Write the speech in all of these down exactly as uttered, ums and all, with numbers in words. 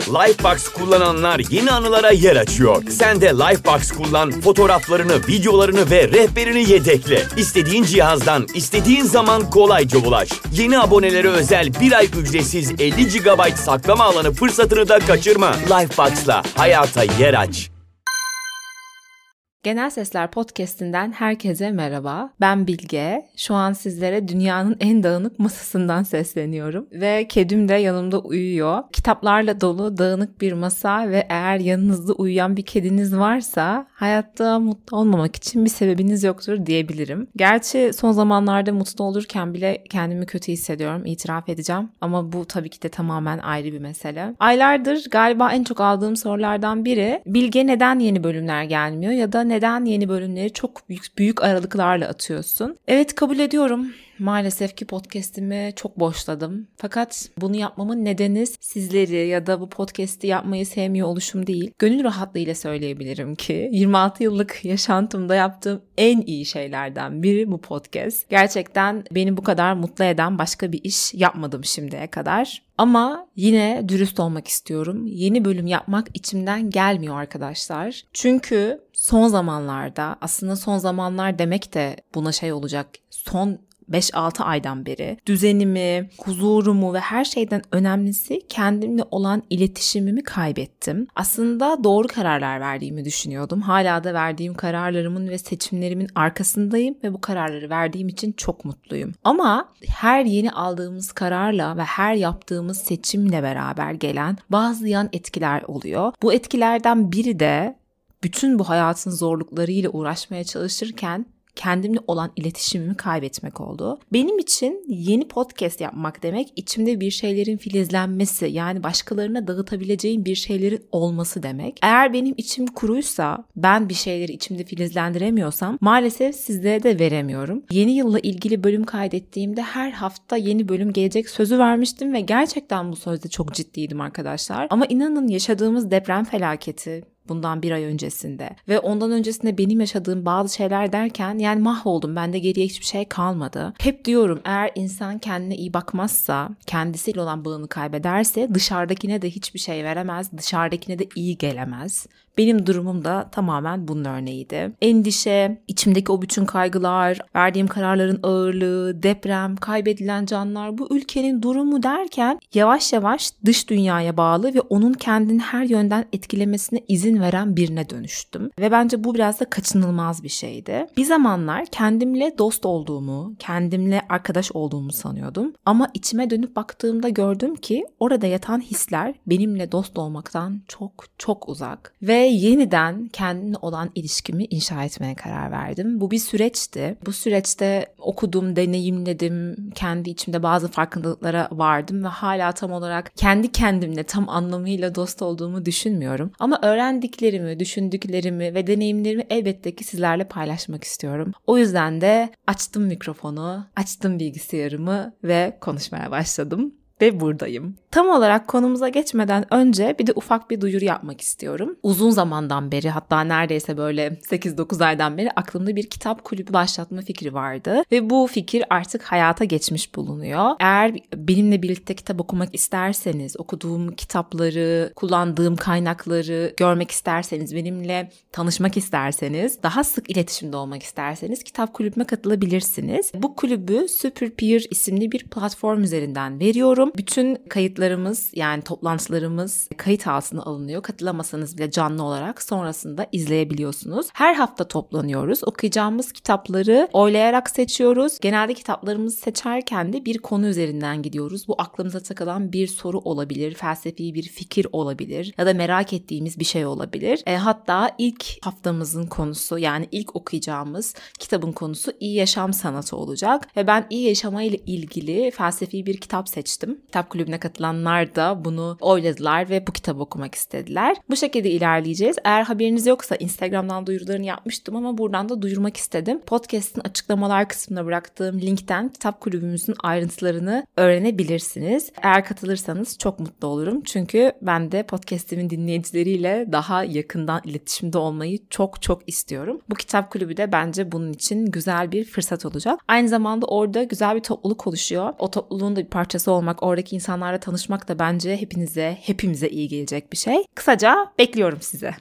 Lifebox kullananlar yeni anılara yer açıyor. Sen de Lifebox kullan, fotoğraflarını, videolarını ve rehberini yedekle. İstediğin cihazdan, istediğin zaman kolayca ulaş. Yeni abonelere özel bir ay ücretsiz elli gigabayt saklama alanı fırsatını da kaçırma. Lifebox'la hayata yer aç. Genel Sesler Podcast'inden herkese merhaba. Ben Bilge. Şu an sizlere dünyanın en dağınık masasından sesleniyorum. Ve kedim de yanımda uyuyor. Kitaplarla dolu dağınık bir masa ve eğer yanınızda uyuyan bir kediniz varsa hayatta mutlu olmamak için bir sebebiniz yoktur diyebilirim. Gerçi son zamanlarda mutlu olurken bile kendimi kötü hissediyorum, itiraf edeceğim. Ama bu tabii ki de tamamen ayrı bir mesele. Aylardır galiba en çok aldığım sorulardan biri, Bilge neden yeni bölümler gelmiyor ya da neden yeni bölümleri çok büyük, büyük aralıklarla atıyorsun? Evet, kabul ediyorum. Maalesef ki podcast'imi çok boşladım. Fakat bunu yapmamın nedeni sizleri ya da bu podcast'i yapmayı sevmiyor oluşum değil. Gönül rahatlığıyla söyleyebilirim ki yirmi altı yıllık yaşantımda yaptığım en iyi şeylerden biri bu podcast. Gerçekten beni bu kadar mutlu eden başka bir iş yapmadım şimdiye kadar. Ama yine dürüst olmak istiyorum. Yeni bölüm yapmak içimden gelmiyor arkadaşlar. Çünkü son zamanlarda, aslında son zamanlar demek de buna şey olacak, son beş altı aydan beri düzenimi, huzurumu ve her şeyden önemlisi kendimle olan iletişimimi kaybettim. Aslında doğru kararlar verdiğimi düşünüyordum. Hala da verdiğim kararlarımın ve seçimlerimin arkasındayım ve bu kararları verdiğim için çok mutluyum. Ama her yeni aldığımız kararla ve her yaptığımız seçimle beraber gelen bazı yan etkiler oluyor. Bu etkilerden biri de bütün bu hayatın zorluklarıyla uğraşmaya çalışırken kendimle olan iletişimimi kaybetmek oldu. Benim için yeni podcast yapmak demek içimde bir şeylerin filizlenmesi, yani başkalarına dağıtabileceğim bir şeylerin olması demek. Eğer benim içim kuruysa, ben bir şeyleri içimde filizlendiremiyorsam maalesef sizlere de veremiyorum. Yeni yılla ilgili bölüm kaydettiğimde her hafta yeni bölüm gelecek sözü vermiştim ve gerçekten bu sözde çok ciddiydim arkadaşlar. Ama inanın yaşadığımız deprem felaketi, bundan bir ay öncesinde ve ondan öncesinde benim yaşadığım bazı şeyler derken yani mahvoldum. Bende geriye hiçbir şey kalmadı. Hep diyorum, eğer insan kendine iyi bakmazsa, kendisiyle olan bağını kaybederse dışarıdakine de hiçbir şey veremez, dışarıdakine de iyi gelemez. Benim durumum da tamamen bunun örneğiydi. Endişe, içimdeki o bütün kaygılar, verdiğim kararların ağırlığı, deprem, kaybedilen canlar, bu ülkenin durumu derken yavaş yavaş dış dünyaya bağlı ve onun kendini her yönden etkilemesine izin veren birine dönüştüm. Ve bence bu biraz da kaçınılmaz bir şeydi. Bir zamanlar kendimle dost olduğumu, kendimle arkadaş olduğumu sanıyordum. Ama içime dönüp baktığımda gördüm ki orada yatan hisler benimle dost olmaktan çok çok uzak. Ve yeniden kendimle olan ilişkimi inşa etmeye karar verdim. Bu bir süreçti. Bu süreçte okudum, deneyimledim, kendi içimde bazı farkındalıklara vardım ve hala tam olarak kendi kendimle tam anlamıyla dost olduğumu düşünmüyorum. Ama öğrendiklerimi, düşündüklerimi ve deneyimlerimi elbette ki sizlerle paylaşmak istiyorum. O yüzden de açtım mikrofonu, açtım bilgisayarımı ve konuşmaya başladım. Ve buradayım. Tam olarak konumuza geçmeden önce bir de ufak bir duyuru yapmak istiyorum. Uzun zamandan beri, hatta neredeyse böyle sekiz dokuz aydan beri aklımda bir kitap kulübü başlatma fikri vardı. Ve bu fikir artık hayata geçmiş bulunuyor. Eğer benimle birlikte kitap okumak isterseniz, okuduğum kitapları, kullandığım kaynakları görmek isterseniz, benimle tanışmak isterseniz, daha sık iletişimde olmak isterseniz kitap kulübüme katılabilirsiniz. Bu kulübü Superpeer isimli bir platform üzerinden veriyorum. Bütün kayıtlarımız, yani toplantılarımız kayıt altına alınıyor. Katılamasanız bile canlı olarak sonrasında izleyebiliyorsunuz. Her hafta toplanıyoruz. Okuyacağımız kitapları oylayarak seçiyoruz. Genelde kitaplarımızı seçerken de bir konu üzerinden gidiyoruz. Bu aklımıza takılan bir soru olabilir, felsefi bir fikir olabilir ya da merak ettiğimiz bir şey olabilir. E, hatta ilk haftamızın konusu, yani ilk okuyacağımız kitabın konusu iyi yaşam sanatı olacak. Ve ben iyi yaşamayla ilgili felsefi bir kitap seçtim. Kitap kulübüne katılanlar da bunu oyladılar ve bu kitabı okumak istediler. Bu şekilde ilerleyeceğiz. Eğer haberiniz yoksa Instagram'dan duyurularını yapmıştım ama buradan da duyurmak istedim. Podcast'ın açıklamalar kısmına bıraktığım linkten kitap kulübümüzün ayrıntılarını öğrenebilirsiniz. Eğer katılırsanız çok mutlu olurum. Çünkü ben de podcast'imin dinleyicileriyle daha yakından iletişimde olmayı çok çok istiyorum. Bu kitap kulübü de bence bunun için güzel bir fırsat olacak. Aynı zamanda orada güzel bir topluluk oluşuyor. O topluluğun da bir parçası olmak, oradaki insanlarla tanışmak tanışmak da bence hepinize, hepimize iyi gelecek bir şey. Kısaca bekliyorum sizi.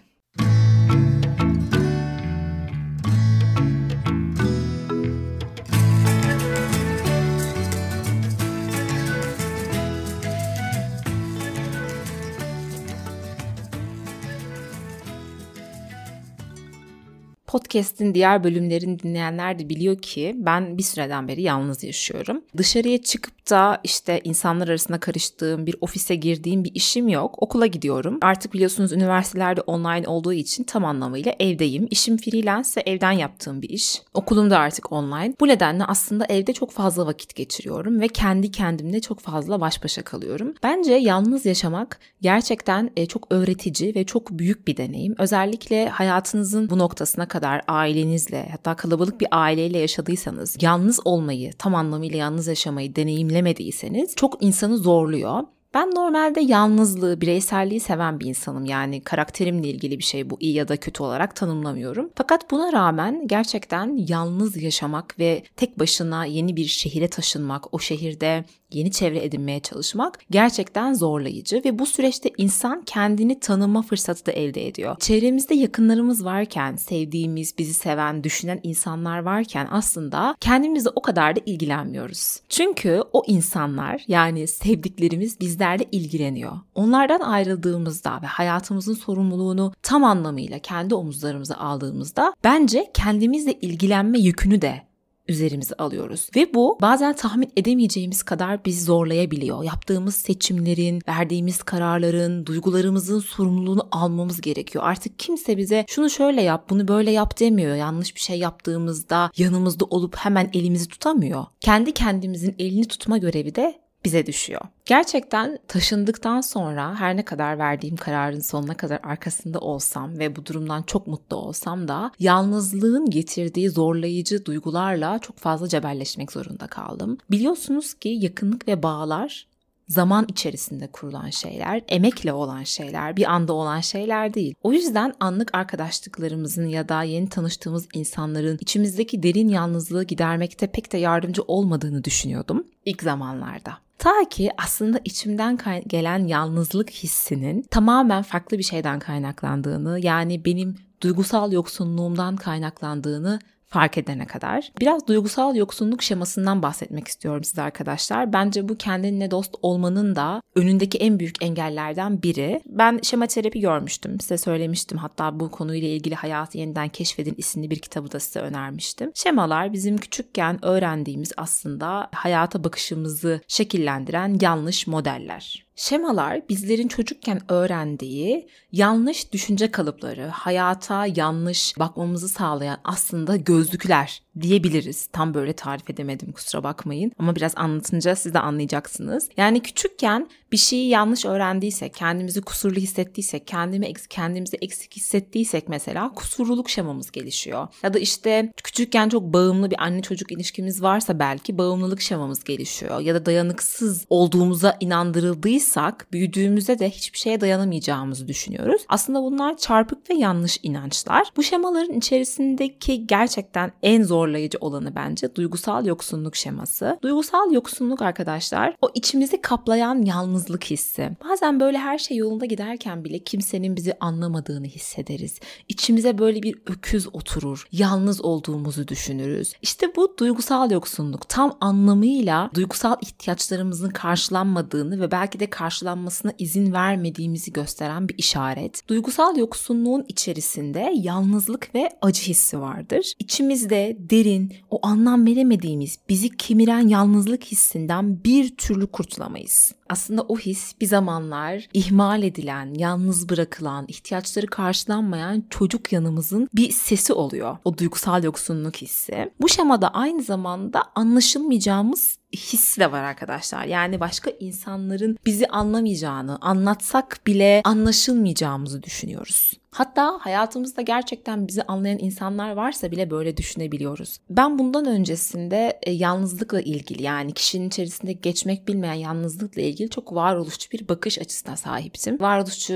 Podcast'in diğer bölümlerini dinleyenler de biliyor ki ben bir süreden beri yalnız yaşıyorum. Dışarıya çıkıp da işte insanlar arasında karıştığım, bir ofise girdiğim bir işim yok. Okula gidiyorum. Artık biliyorsunuz üniversitelerde online olduğu için tam anlamıyla evdeyim. İşim freelance ve evden yaptığım bir iş. Okulum da artık online. Bu nedenle aslında evde çok fazla vakit geçiriyorum ve kendi kendimle çok fazla baş başa kalıyorum. Bence yalnız yaşamak gerçekten çok öğretici ve çok büyük bir deneyim. Özellikle hayatınızın bu noktasına kadar kadar ailenizle, hatta kalabalık bir aileyle yaşadıysanız, yalnız olmayı, tam anlamıyla yalnız yaşamayı deneyimlemediyseniz çok insanı zorluyor. Ben normalde yalnızlığı, bireyselliği seven bir insanım. Yani karakterimle ilgili bir şey bu, iyi ya da kötü olarak tanımlamıyorum. Fakat buna rağmen gerçekten yalnız yaşamak ve tek başına yeni bir şehire taşınmak, o şehirde yeni çevre edinmeye çalışmak gerçekten zorlayıcı ve bu süreçte insan kendini tanıma fırsatı da elde ediyor. Çevremizde yakınlarımız varken, sevdiğimiz, bizi seven, düşünen insanlar varken aslında kendimizle o kadar da ilgilenmiyoruz. Çünkü o insanlar, yani sevdiklerimiz bizlerle ilgileniyor. Onlardan ayrıldığımızda ve hayatımızın sorumluluğunu tam anlamıyla kendi omuzlarımıza aldığımızda bence kendimizle ilgilenme yükünü de üzerimize alıyoruz. Ve bu bazen tahmin edemeyeceğimiz kadar bizi zorlayabiliyor. Yaptığımız seçimlerin, verdiğimiz kararların, duygularımızın sorumluluğunu almamız gerekiyor. Artık kimse bize şunu şöyle yap, bunu böyle yap demiyor. Yanlış bir şey yaptığımızda yanımızda olup hemen elimizi tutamıyor. Kendi kendimizin elini tutma görevi de bize düşüyor. Gerçekten taşındıktan sonra her ne kadar verdiğim kararın sonuna kadar arkasında olsam ve bu durumdan çok mutlu olsam da yalnızlığın getirdiği zorlayıcı duygularla çok fazla cebelleşmek zorunda kaldım. Biliyorsunuz ki yakınlık ve bağlar zaman içerisinde kurulan şeyler, emekle olan şeyler, bir anda olan şeyler değil. O yüzden anlık arkadaşlıklarımızın ya da yeni tanıştığımız insanların içimizdeki derin yalnızlığı gidermekte pek de yardımcı olmadığını düşünüyordum ilk zamanlarda. Ta ki aslında içimden kay- gelen yalnızlık hissinin tamamen farklı bir şeyden kaynaklandığını, yani benim duygusal yoksunluğumdan kaynaklandığını fark edene kadar. Biraz duygusal yoksunluk şemasından bahsetmek istiyorum size arkadaşlar. Bence bu kendinle dost olmanın da önündeki en büyük engellerden biri. Ben şema terapi görmüştüm. Size söylemiştim. Hatta bu konuyla ilgili Hayatı Yeniden Keşfedin isimli bir kitabı da size önermiştim. Şemalar bizim küçükken öğrendiğimiz aslında hayata bakışımızı şekillendiren yanlış modeller. Şemalar bizlerin çocukken öğrendiği yanlış düşünce kalıpları, hayata yanlış bakmamızı sağlayan aslında gözlükler diyebiliriz. Tam böyle tarif edemedim, kusura bakmayın. Ama biraz anlatınca siz de anlayacaksınız. Yani küçükken bir şeyi yanlış öğrendiysek, kendimizi kusurlu hissettiysek, kendimi kendimizi eksik hissettiysek mesela kusurluluk şemamız gelişiyor. Ya da işte küçükken çok bağımlı bir anne çocuk ilişkimiz varsa belki bağımlılık şemamız gelişiyor. Ya da dayanıksız olduğumuza inandırıldıysak büyüdüğümüzde de hiçbir şeye dayanamayacağımızı düşünüyoruz. Aslında bunlar çarpık ve yanlış inançlar. Bu şemaların içerisindeki gerçekten en zorlayıcı olanı bence duygusal yoksunluk şeması. Duygusal yoksunluk arkadaşlar o içimizi kaplayan yalnızlık hissi. Bazen böyle her şey yolunda giderken bile kimsenin bizi anlamadığını hissederiz. İçimize böyle bir öküz oturur. Yalnız olduğumuzu düşünürüz. İşte bu duygusal yoksunluk tam anlamıyla duygusal ihtiyaçlarımızın karşılanmadığını ve belki de karşılanmasına izin vermediğimizi gösteren bir işaret. Duygusal yoksunluğun içerisinde yalnızlık ve acı hissi vardır. İçimizde derin, o anlam veremediğimiz, bizi kemiren yalnızlık hissinden bir türlü kurtulamayız. Aslında o his bir zamanlar ihmal edilen, yalnız bırakılan, ihtiyaçları karşılanmayan çocuk yanımızın bir sesi oluyor. O duygusal yoksunluk hissi. Bu şemada aynı zamanda anlaşılmayacağımız hissi de var arkadaşlar. Yani başka insanların bizi anlamayacağını, anlatsak bile anlaşılmayacağımızı düşünüyoruz. Hatta hayatımızda gerçekten bizi anlayan insanlar varsa bile böyle düşünebiliyoruz. Ben bundan öncesinde e, yalnızlıkla ilgili, yani kişinin içerisinde geçmek bilmeyen yalnızlıkla ilgili çok varoluşçu bir bakış açısına sahiptim. Varoluşçu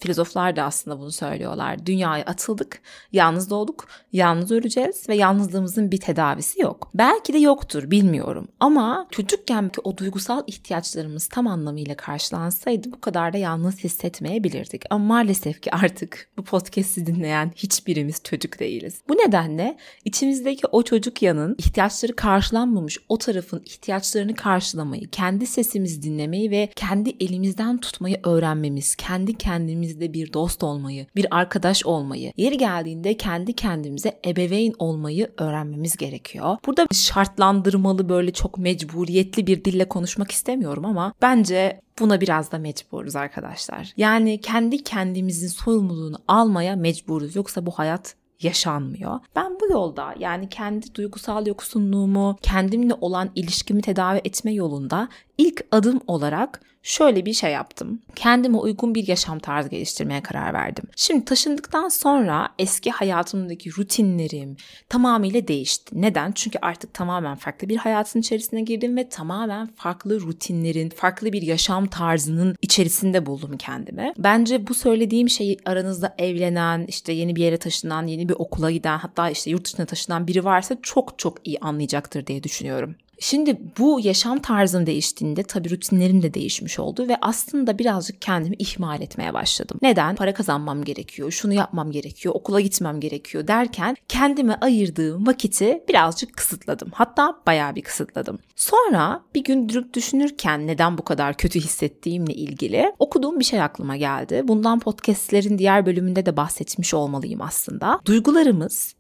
Filozoflar da aslında bunu söylüyorlar. Dünyaya atıldık, yalnız doğduk, yalnız öleceğiz ve yalnızlığımızın bir tedavisi yok. Belki de yoktur, bilmiyorum. Ama çocukkenki o duygusal ihtiyaçlarımız tam anlamıyla karşılansaydı bu kadar da yalnız hissetmeyebilirdik. Ama maalesef ki artık bu podcast'i dinleyen hiçbirimiz çocuk değiliz. Bu nedenle içimizdeki o çocuk yanın ihtiyaçları karşılanmamış o tarafın ihtiyaçlarını karşılamayı, kendi sesimizi dinlemeyi ve kendi elimizden tutmayı öğrenmemiz, kendi kendimizde bir dost olmayı, bir arkadaş olmayı, yeri geldiğinde kendi kendimize ebeveyn olmayı öğrenmemiz gerekiyor. Burada şartlandırmalı, böyle çok mecburiyetli bir dille konuşmak istemiyorum ama bence buna biraz da mecburuz arkadaşlar. Yani kendi kendimizin sorumluluğunu almaya mecburuz. Yoksa bu hayat yaşanmıyor. Ben bu yolda, yani kendi duygusal yoksunluğumu, kendimle olan ilişkimi tedavi etme yolunda ilk adım olarak şöyle bir şey yaptım. Kendime uygun bir yaşam tarzı geliştirmeye karar verdim. Şimdi taşındıktan sonra eski hayatımdaki rutinlerim tamamıyla değişti. Neden? Çünkü artık tamamen farklı bir hayatın içerisine girdim ve tamamen farklı rutinlerin, farklı bir yaşam tarzının içerisinde buldum kendimi. Bence bu söylediğim şeyi aranızda evlenen, işte yeni bir yere taşınan, yeni bir okula giden, hatta işte yurt dışına taşınan biri varsa çok çok iyi anlayacaktır diye düşünüyorum. Şimdi bu yaşam tarzım değiştiğinde tabii rutinlerim de değişmiş oldu ve aslında birazcık kendimi ihmal etmeye başladım. Neden? Para kazanmam gerekiyor, şunu yapmam gerekiyor, okula gitmem gerekiyor derken kendime ayırdığım vakiti birazcık kısıtladım. Hatta bayağı bir kısıtladım. Sonra bir gün durup düşünürken neden bu kadar kötü hissettiğimle ilgili okuduğum bir şey aklıma geldi. Bundan podcastlerin diğer bölümünde de bahsetmiş olmalıyım aslında. Duygularımız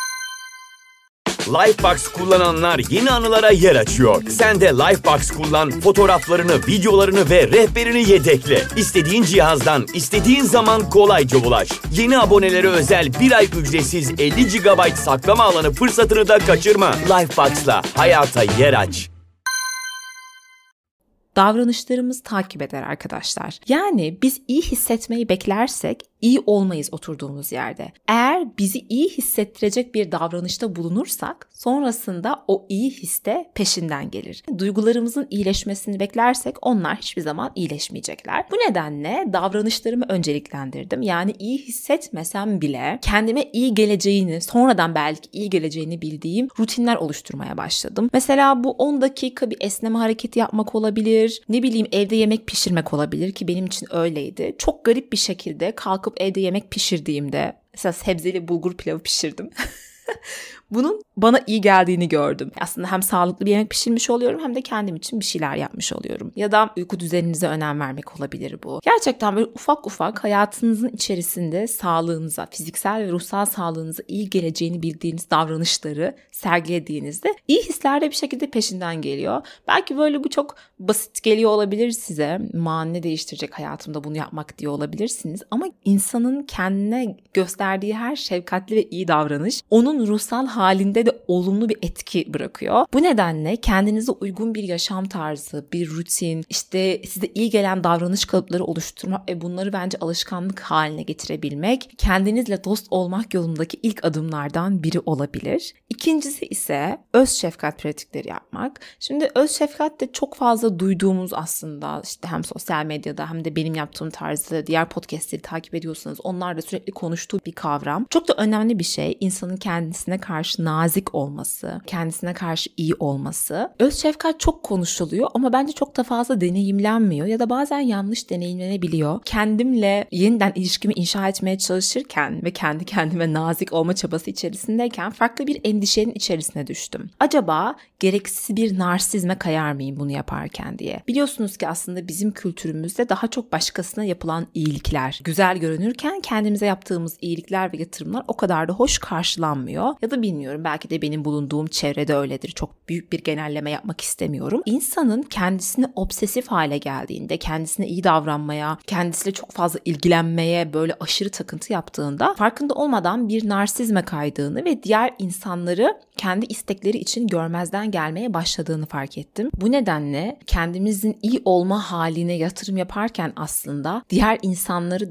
Lifebox kullananlar yeni anılara yer açıyor. Sen de Lifebox kullan, fotoğraflarını, videolarını ve rehberini yedekle. İstediğin cihazdan, istediğin zaman kolayca ulaş. Yeni abonelere özel bir ay ücretsiz elli gigabayt saklama alanı fırsatını da kaçırma. Lifebox'la hayata yer aç. davranışlarımız takip eder arkadaşlar. Yani biz iyi hissetmeyi beklersek iyi olmayız oturduğumuz yerde. Eğer bizi iyi hissettirecek bir davranışta bulunursak sonrasında o iyi histe peşinden gelir. Duygularımızın iyileşmesini beklersek onlar hiçbir zaman iyileşmeyecekler. Bu nedenle davranışlarımı önceliklendirdim. Yani iyi hissetmesem bile kendime iyi geleceğini, sonradan belki iyi geleceğini bildiğim rutinler oluşturmaya başladım. Mesela bu on dakika bir esneme hareketi yapmak olabilir. Ne bileyim, evde yemek pişirmek olabilir ki benim için öyleydi. Çok garip bir şekilde kalkıp evde yemek pişirdiğimde, mesela sebzeli bulgur pilavı pişirdim. Bunun bana iyi geldiğini gördüm. Aslında hem sağlıklı bir yemek pişirmiş oluyorum hem de kendim için bir şeyler yapmış oluyorum. Ya da uyku düzeninize önem vermek olabilir bu. Gerçekten böyle ufak ufak hayatınızın içerisinde sağlığınıza, fiziksel ve ruhsal sağlığınıza iyi geleceğini bildiğiniz davranışları sergilediğinizde iyi hisler de bir şekilde peşinden geliyor. Belki böyle bu çok basit geliyor olabilir size. Ne değiştirecek hayatımda bunu yapmak diye olabilirsiniz. Ama insanın kendine gösterdiği her şefkatli ve iyi davranış onun ruhsal halinde de olumlu bir etki bırakıyor. Bu nedenle kendinize uygun bir yaşam tarzı, bir rutin, işte size iyi gelen davranış kalıpları oluşturmak ve bunları bence alışkanlık haline getirebilmek, kendinizle dost olmak yolundaki ilk adımlardan biri olabilir. İkincisi ise öz şefkat pratikleri yapmak. Şimdi öz şefkat de çok fazla duyduğumuz aslında, işte hem sosyal medyada hem de benim yaptığım tarzda diğer podcastleri takip ediyorsanız onlar da sürekli konuştuğu bir kavram. Çok da önemli bir şey insanın kendisine karşı nazik olması, kendisine karşı iyi olması. Öz şefkat çok konuşuluyor ama bence çok da fazla deneyimlenmiyor ya da bazen yanlış deneyimlenebiliyor. Kendimle yeniden ilişkimi inşa etmeye çalışırken ve kendi kendime nazik olma çabası içerisindeyken farklı bir endişenin içerisine düştüm. Acaba gereksiz bir narsizme kayar mıyım bunu yaparken diye. Biliyorsunuz ki aslında bizim kültürümüzde daha çok başkasına yapılan iyilikler güzel görünürken kendimize yaptığımız iyilikler ve yatırımlar o kadar da hoş karşılanmıyor. Ya da bilmiyorum, belki de benim bulunduğum çevrede öyledir. Çok büyük bir genelleme yapmak istemiyorum. İnsanın kendisini obsesif hale geldiğinde, kendisine iyi davranmaya, kendisiyle çok fazla ilgilenmeye böyle aşırı takıntı yaptığında farkında olmadan bir narsizme kaydığını ve diğer insanları kendi istekleri için görmezden gelmeye başladığını fark ettim. Bu nedenle kendimizin iyi olma haline yatırım yaparken aslında diğer insanları da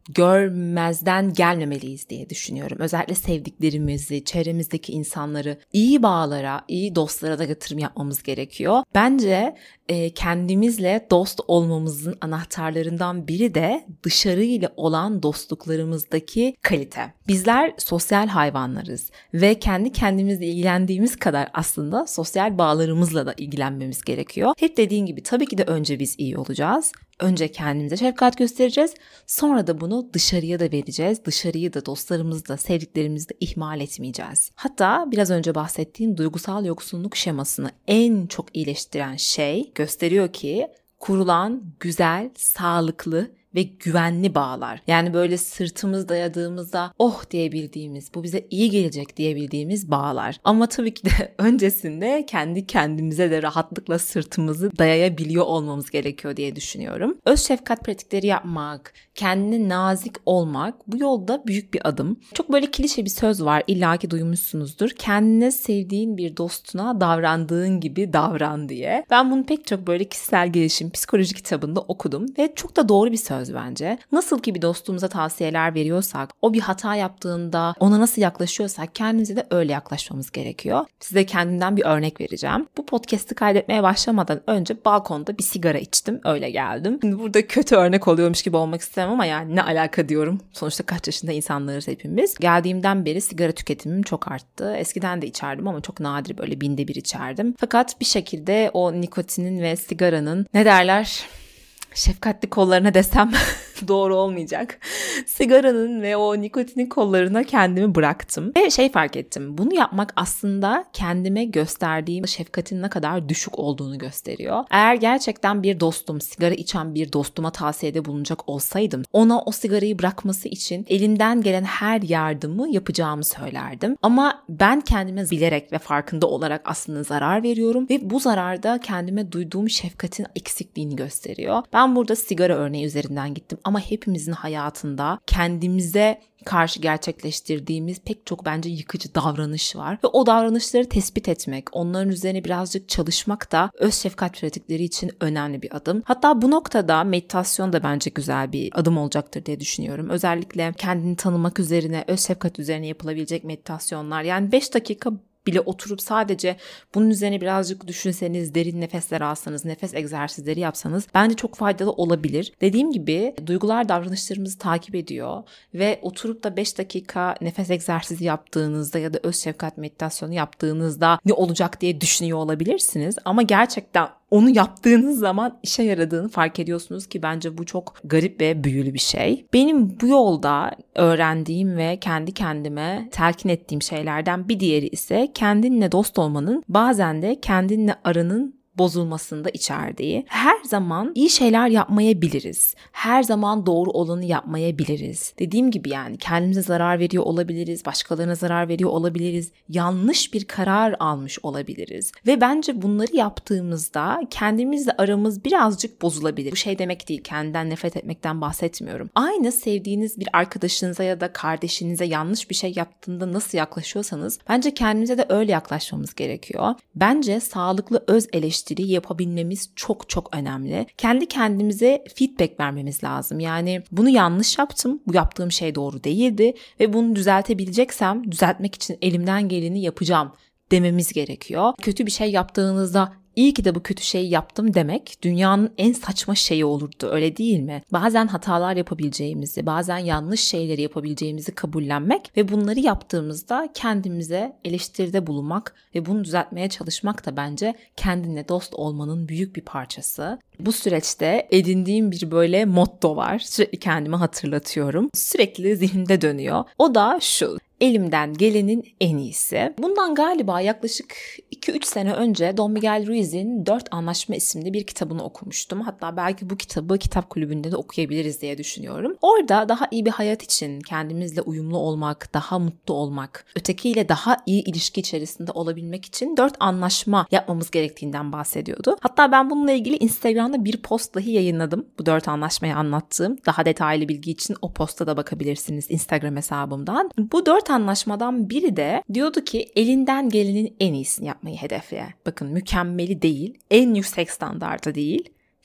görmezden gelmemeliyiz diye düşünüyorum. Özellikle sevdiklerimizi, çevremizdeki insanları iyi bağlara, iyi dostlara da yatırım yapmamız gerekiyor. Bence e, kendimizle dost olmamızın anahtarlarından biri de dışarıyla olan dostluklarımızdaki kalite. Bizler sosyal hayvanlarız ve kendi kendimizle ilgilendiğimiz kadar aslında sosyal bağlarımızla da ilgilenmemiz gerekiyor. Hep dediğim gibi tabii ki de önce biz iyi olacağız. Önce kendimize şefkat göstereceğiz. Sonra da bunu dışarıya da vereceğiz. Dışarıyı da, dostlarımızı da, sevdiklerimizi de ihmal etmeyeceğiz. Hatta biraz önce bahsettiğim duygusal yoksunluk şemasını en çok iyileştiren şey gösteriyor ki kurulan güzel, sağlıklı ve güvenli bağlar. Yani böyle sırtımız dayadığımızda oh diyebildiğimiz, bu bize iyi gelecek diyebildiğimiz bağlar. Ama tabii ki de öncesinde kendi kendimize de rahatlıkla sırtımızı dayayabiliyor olmamız gerekiyor diye düşünüyorum. Öz şefkat pratikleri yapmak, kendine nazik olmak bu yolda büyük bir adım. Çok böyle klişe bir söz var, illaki duymuşsunuzdur. Kendine sevdiğin bir dostuna davrandığın gibi davran diye. Ben bunu pek çok böyle kişisel gelişim, psikoloji kitabında okudum ve çok da doğru bir söz bence. Nasıl ki bir dostumuza tavsiyeler veriyorsak, o bir hata yaptığında ona nasıl yaklaşıyorsak kendimize de öyle yaklaşmamız gerekiyor. Size kendimden bir örnek vereceğim. Bu podcast'ı kaydetmeye başlamadan önce balkonda bir sigara içtim. Öyle geldim. Şimdi burada kötü örnek oluyormuş gibi olmak istemem ama yani ne alaka diyorum. Sonuçta kaç yaşında insanlarız hepimiz. Geldiğimden beri sigara tüketimim çok arttı. Eskiden de içerdim ama çok nadir, böyle binde bir içerdim. Fakat bir şekilde o nikotinin ve sigaranın ne derler... şefkatli kollarına desem doğru olmayacak. Sigaranın ve o nikotinin kollarına kendimi bıraktım. Ve şey fark ettim. Bunu yapmak aslında kendime gösterdiğim şefkatin ne kadar düşük olduğunu gösteriyor. Eğer gerçekten bir dostum, sigara içen bir dostuma tavsiyede bulunacak olsaydım, ona o sigarayı bırakması için elimden gelen her yardımı yapacağımı söylerdim. Ama ben kendime bilerek ve farkında olarak aslında zarar veriyorum ve bu zararda kendime duyduğum şefkatin eksikliğini gösteriyor. Ben burada sigara örneği üzerinden gittim ama hepimizin hayatında kendimize karşı gerçekleştirdiğimiz pek çok bence yıkıcı davranış var. Ve o davranışları tespit etmek, onların üzerine birazcık çalışmak da öz şefkat pratikleri için önemli bir adım. Hatta bu noktada meditasyon da bence güzel bir adım olacaktır diye düşünüyorum. Özellikle kendini tanımak üzerine, öz şefkat üzerine yapılabilecek meditasyonlar. Yani beş dakika bile oturup sadece bunun üzerine birazcık düşünseniz, derin nefesler alsanız, nefes egzersizleri yapsanız bence çok faydalı olabilir. Dediğim gibi duygular davranışlarımızı takip ediyor ve oturup da beş dakika nefes egzersizi yaptığınızda ya da öz şefkat meditasyonu yaptığınızda ne olacak diye düşünüyor olabilirsiniz. Ama gerçekten onu yaptığınız zaman işe yaradığını fark ediyorsunuz ki bence bu çok garip ve büyülü bir şey. Benim bu yolda öğrendiğim ve kendi kendime telkin ettiğim şeylerden bir diğeri ise kendinle dost olmanın bazen de kendinle aranın bozulmasında içerdiği. Her zaman iyi şeyler yapmayabiliriz. Her zaman doğru olanı yapmayabiliriz. Dediğim gibi yani kendimize zarar veriyor olabiliriz, başkalarına zarar veriyor olabiliriz, yanlış bir karar almış olabiliriz. Ve bence bunları yaptığımızda kendimizle aramız birazcık bozulabilir. Bu şey demek değil, kendinden nefret etmekten bahsetmiyorum. Aynı sevdiğiniz bir arkadaşınıza ya da kardeşinize yanlış bir şey yaptığında nasıl yaklaşıyorsanız bence kendimize de öyle yaklaşmamız gerekiyor. Bence sağlıklı öz eleştiri yapabilmemiz çok çok önemli. Kendi kendimize feedback vermemiz lazım. Yani bunu yanlış yaptım, bu yaptığım şey doğru değildi ve bunu düzeltebileceksem düzeltmek için elimden geleni yapacağım dememiz gerekiyor. Kötü bir şey yaptığınızda İyi ki de bu kötü şeyi yaptım demek dünyanın en saçma şeyi olurdu, öyle değil mi? Bazen hatalar yapabileceğimizi, bazen yanlış şeyleri yapabileceğimizi kabullenmek ve bunları yaptığımızda kendimize eleştiride bulunmak ve bunu düzeltmeye çalışmak da bence kendinle dost olmanın büyük bir parçası. Bu süreçte edindiğim bir böyle motto var. Sürekli kendime hatırlatıyorum. Sürekli zihnimde dönüyor. O da şu: elimden gelenin en iyisi. Bundan galiba yaklaşık iki üç sene önce Don Miguel Ruiz'in Dört Anlaşma isimli bir kitabını okumuştum. Hatta belki bu kitabı kitap kulübünde de okuyabiliriz diye düşünüyorum. Orada daha iyi bir hayat için kendimizle uyumlu olmak, daha mutlu olmak, ötekiyle daha iyi ilişki içerisinde olabilmek için dört anlaşma yapmamız gerektiğinden bahsediyordu. Hatta ben bununla ilgili Instagram'da bir post dahi yayınladım. Bu dört anlaşmayı anlattığım. Daha detaylı bilgi için o posta da bakabilirsiniz Instagram hesabımdan. Bu dört anlaşmadan biri de diyordu ki elinden gelenin en iyisini yapmayı hedefle. Bakın, mükemmeli değil, en yüksek standarda değil,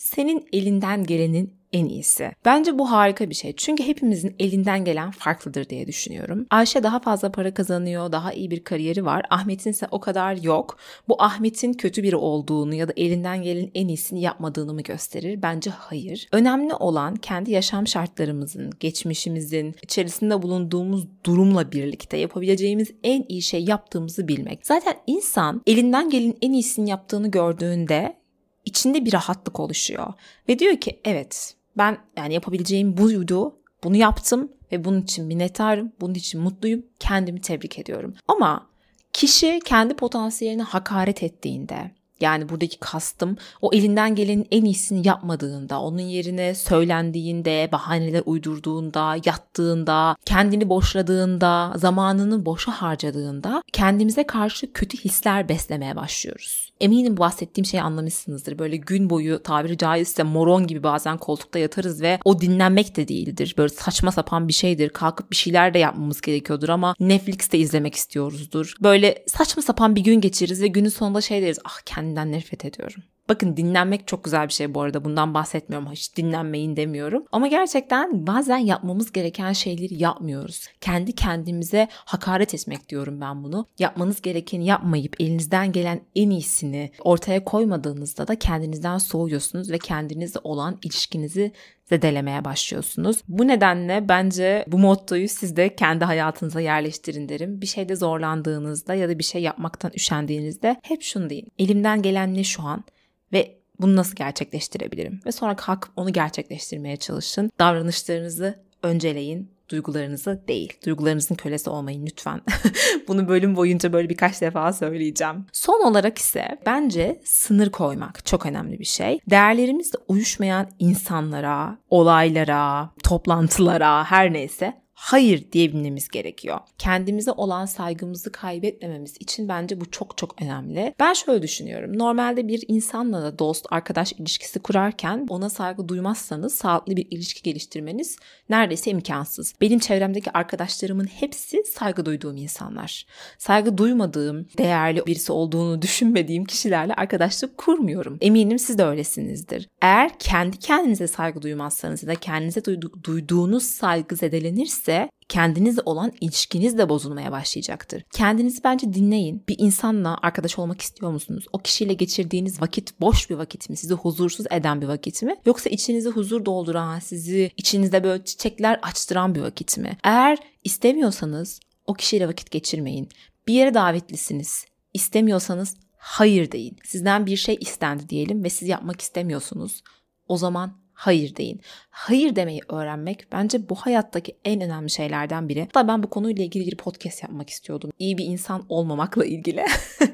senin elinden gelenin en iyisi. Bence bu harika bir şey. Çünkü hepimizin elinden gelen farklıdır diye düşünüyorum. Ayşe daha fazla para kazanıyor, daha iyi bir kariyeri var. Ahmet'in ise o kadar yok. Bu Ahmet'in kötü biri olduğunu ya da elinden gelenin en iyisini yapmadığını mı gösterir? Bence hayır. Önemli olan kendi yaşam şartlarımızın, geçmişimizin, içerisinde bulunduğumuz durumla birlikte yapabileceğimiz en iyi şey yaptığımızı bilmek. Zaten insan elinden gelenin en iyisini yaptığını gördüğünde içinde bir rahatlık oluşuyor. Ve diyor ki evet, ben yani yapabileceğim buydu, bunu yaptım ve bunun için minnettarım, bunun için mutluyum, kendimi tebrik ediyorum. Ama kişi kendi potansiyeline hakaret ettiğinde, yani buradaki kastım o elinden gelenin en iyisini yapmadığında, onun yerine söylendiğinde, bahaneler uydurduğunda, yattığında, kendini boşladığında, zamanını boşa harcadığında kendimize karşı kötü hisler beslemeye başlıyoruz. Eminim bahsettiğim şeyi anlamışsınızdır. Böyle gün boyu tabiri caizse moron gibi bazen koltukta yatarız ve o dinlenmek de değildir. Böyle saçma sapan bir şeydir. Kalkıp bir şeyler de yapmamız gerekiyordur ama Netflix'te izlemek istiyoruzdur. Böyle saçma sapan bir gün geçiririz ve günün sonunda şey deriz. Ah, kendimden nefret ediyorum. Bakın, dinlenmek çok güzel bir şey bu arada. Bundan bahsetmiyorum. Hiç dinlenmeyin demiyorum. Ama gerçekten bazen yapmamız gereken şeyleri yapmıyoruz. Kendi kendimize hakaret etmek diyorum ben bunu. Yapmanız gerekeni yapmayıp elinizden gelen en iyisini ortaya koymadığınızda da kendinizden soğuyorsunuz ve kendinizle olan ilişkinizi zedelemeye başlıyorsunuz. Bu nedenle bence bu mottoyu siz de kendi hayatınıza yerleştirin derim. Bir şeyde zorlandığınızda ya da bir şey yapmaktan üşendiğinizde hep şunu deyin. Elimden gelen ne şu an? Ve bunu nasıl gerçekleştirebilirim? Ve sonra kalkıp onu gerçekleştirmeye çalışın. Davranışlarınızı önceleyin, duygularınızı değil. Duygularınızın kölesi olmayın lütfen. Bunu bölüm boyunca böyle birkaç defa söyleyeceğim. Son olarak ise bence sınır koymak çok önemli bir şey. Değerlerimizle uyuşmayan insanlara, olaylara, toplantılara, her neyse hayır diyebilmemiz gerekiyor. Kendimize olan saygımızı kaybetmememiz için bence bu çok çok önemli. Ben şöyle düşünüyorum. Normalde bir insanla da dost, arkadaş ilişkisi kurarken ona saygı duymazsanız sağlıklı bir ilişki geliştirmeniz neredeyse imkansız. Benim çevremdeki arkadaşlarımın hepsi saygı duyduğum insanlar. Saygı duymadığım, değerli birisi olduğunu düşünmediğim kişilerle arkadaşlık kurmuyorum. Eminim siz de öylesinizdir. Eğer kendi kendinize saygı duymazsanız ya da kendinize duydu- duyduğunuz saygı zedelenirse kendinizle olan ilişkiniz de bozulmaya başlayacaktır. Kendinizi bence dinleyin. Bir insanla arkadaş olmak istiyor musunuz? O kişiyle geçirdiğiniz vakit boş bir vakit mi? Sizi huzursuz eden bir vakit mi? Yoksa içinize huzur dolduran, sizi içinizde böyle çiçekler açtıran bir vakit mi? Eğer istemiyorsanız o kişiyle vakit geçirmeyin. Bir yere davetlisiniz. İstemiyorsanız hayır deyin. Sizden bir şey istendi diyelim ve siz yapmak istemiyorsunuz. O zaman hayır deyin. Hayır demeyi öğrenmek bence bu hayattaki en önemli şeylerden biri. Hatta ben bu konuyla ilgili bir podcast yapmak istiyordum. İyi bir insan olmamakla ilgili.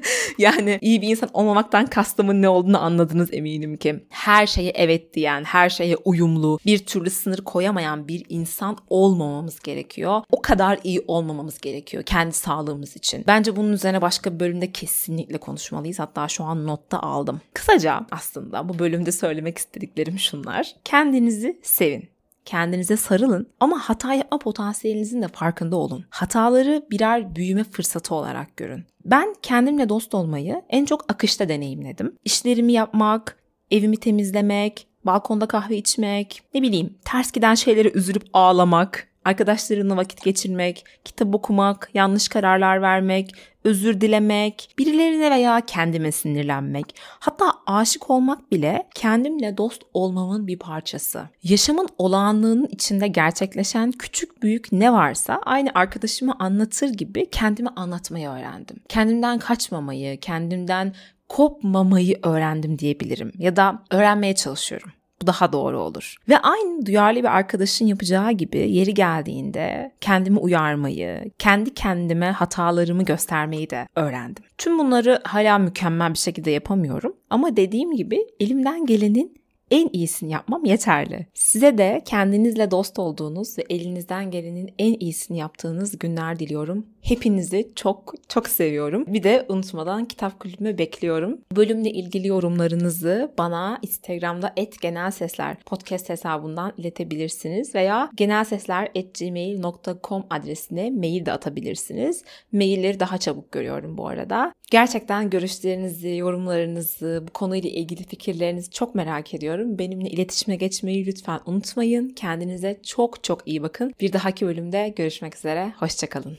Yani iyi bir insan olmamaktan kastımın ne olduğunu anladınız eminim ki. Her şeye evet diyen, her şeye uyumlu, bir türlü sınır koyamayan bir insan olmamamız gerekiyor. O kadar iyi olmamamız gerekiyor kendi sağlığımız için. Bence bunun üzerine başka bir bölümde kesinlikle konuşmalıyız. Hatta şu an notta aldım. Kısaca aslında bu bölümde söylemek istediklerim şunlar. Kendinizi sevin. Kendinize sarılın ama hata yapma potansiyelinizin de farkında olun. Hataları birer büyüme fırsatı olarak görün. Ben kendimle dost olmayı en çok akışta deneyimledim. İşlerimi yapmak, evimi temizlemek, balkonda kahve içmek, ne bileyim ters giden şeylere üzülüp ağlamak, arkadaşlarımla vakit geçirmek, kitap okumak, yanlış kararlar vermek, özür dilemek, birilerine veya kendime sinirlenmek, hatta aşık olmak bile kendimle dost olmamın bir parçası. Yaşamın olağanlığının içinde gerçekleşen küçük büyük ne varsa aynı arkadaşıma anlatır gibi kendime anlatmayı öğrendim. Kendimden kaçmamayı, kendimden kopmamayı öğrendim diyebilirim ya da öğrenmeye çalışıyorum. Bu daha doğru olur. Ve aynı duyarlı bir arkadaşın yapacağı gibi yeri geldiğinde kendimi uyarmayı, kendi kendime hatalarımı göstermeyi de öğrendim. Tüm bunları hala mükemmel bir şekilde yapamıyorum. Ama dediğim gibi elimden gelenin en iyisini yapmam yeterli. Size de kendinizle dost olduğunuz ve elinizden gelenin en iyisini yaptığınız günler diliyorum. Hepinizi çok çok seviyorum. Bir de unutmadan kitap kulübümü bekliyorum. Bölümle ilgili yorumlarınızı bana Instagram'da et genelsesler podcast hesabından iletebilirsiniz veya genelsesler at gmail nokta com adresine mail de atabilirsiniz. Mailleri daha çabuk görüyorum bu arada. Gerçekten görüşlerinizi, yorumlarınızı, bu konuyla ilgili fikirlerinizi çok merak ediyorum. düşünüyorum. Benimle iletişime geçmeyi lütfen unutmayın. Kendinize çok çok iyi bakın. Bir dahaki bölümde görüşmek üzere. Hoşçakalın.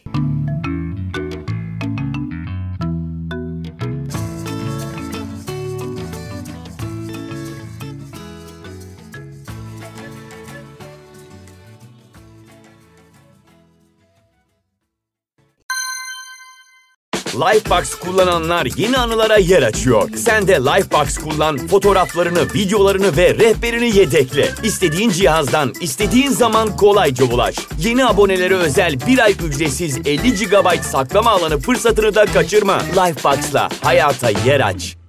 Lifebox kullananlar yeni anılara yer açıyor. Sen de Lifebox kullan, fotoğraflarını, videolarını ve rehberini yedekle. İstediğin cihazdan, istediğin zaman kolayca ulaş. Yeni abonelere özel bir ay ücretsiz elli gigabayt saklama alanı fırsatını da kaçırma. Lifebox'la hayata yer aç.